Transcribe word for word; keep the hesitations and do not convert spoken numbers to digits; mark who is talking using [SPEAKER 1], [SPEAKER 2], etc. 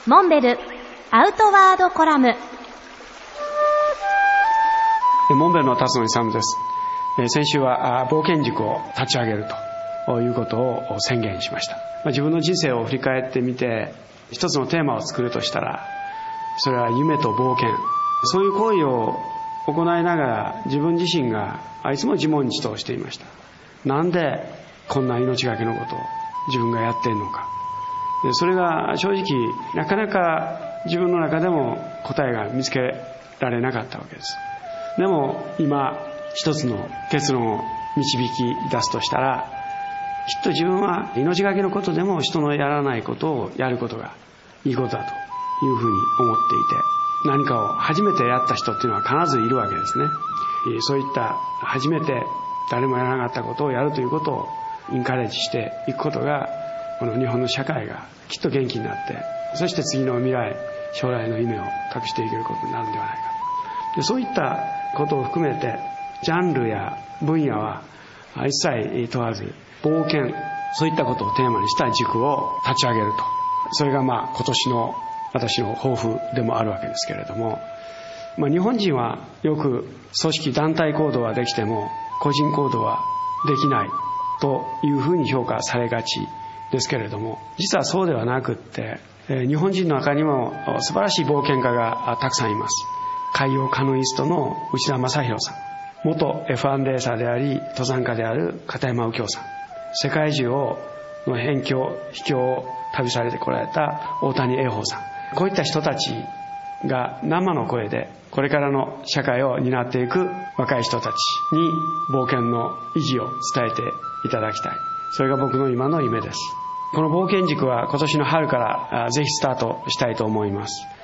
[SPEAKER 1] モンベルアウトワードコラム。
[SPEAKER 2] モンベルの辰野勇です。先週は冒険塾を立ち上げるということを宣言しました。自分の人生を振り返ってみて、一つのテーマを作るとしたら、それは夢と冒険、そういう行為を行いながら自分自身がいつも自問自答していました。なんでこんな命がけのことを自分がやっているのか。でそれが正直なかなか自分の中でも答えが見つけられなかったわけです。でも今一つの結論を導き出すとしたら、きっと自分は命がけのことでも人のやらないことをやることがいいことだというふうに思っていて、何かを初めてやった人っていうのは必ずいるわけですね。そういった初めて誰もやらなかったことをやるということをインカレッジしていくことが、この日本の社会がきっと元気になって、そして次の未来将来の夢を託していけることになるんではないかと。でそういったことを含めてジャンルや分野は一切問わず冒険、そういったことをテーマにした塾を立ち上げると。それがまあ今年の私の抱負でもあるわけですけれども、まあ、日本人はよく組織団体行動はできても個人行動はできないというふうに評価されがちですけれども、実はそうではなくって、日本人の中にも素晴らしい冒険家がたくさんいます。海洋カヌイストの内田正宏さん、元 エフワン レーサーであり登山家である片山右京さん、世界中をの辺境秘境を旅されてこられた大谷栄宝さん、こういった人たちが生の声でこれからの社会を担っていく若い人たちに冒険の意義を伝えていただきたい。それが僕の今の夢です。この冒険塾は今年の春からぜひスタートしたいと思います。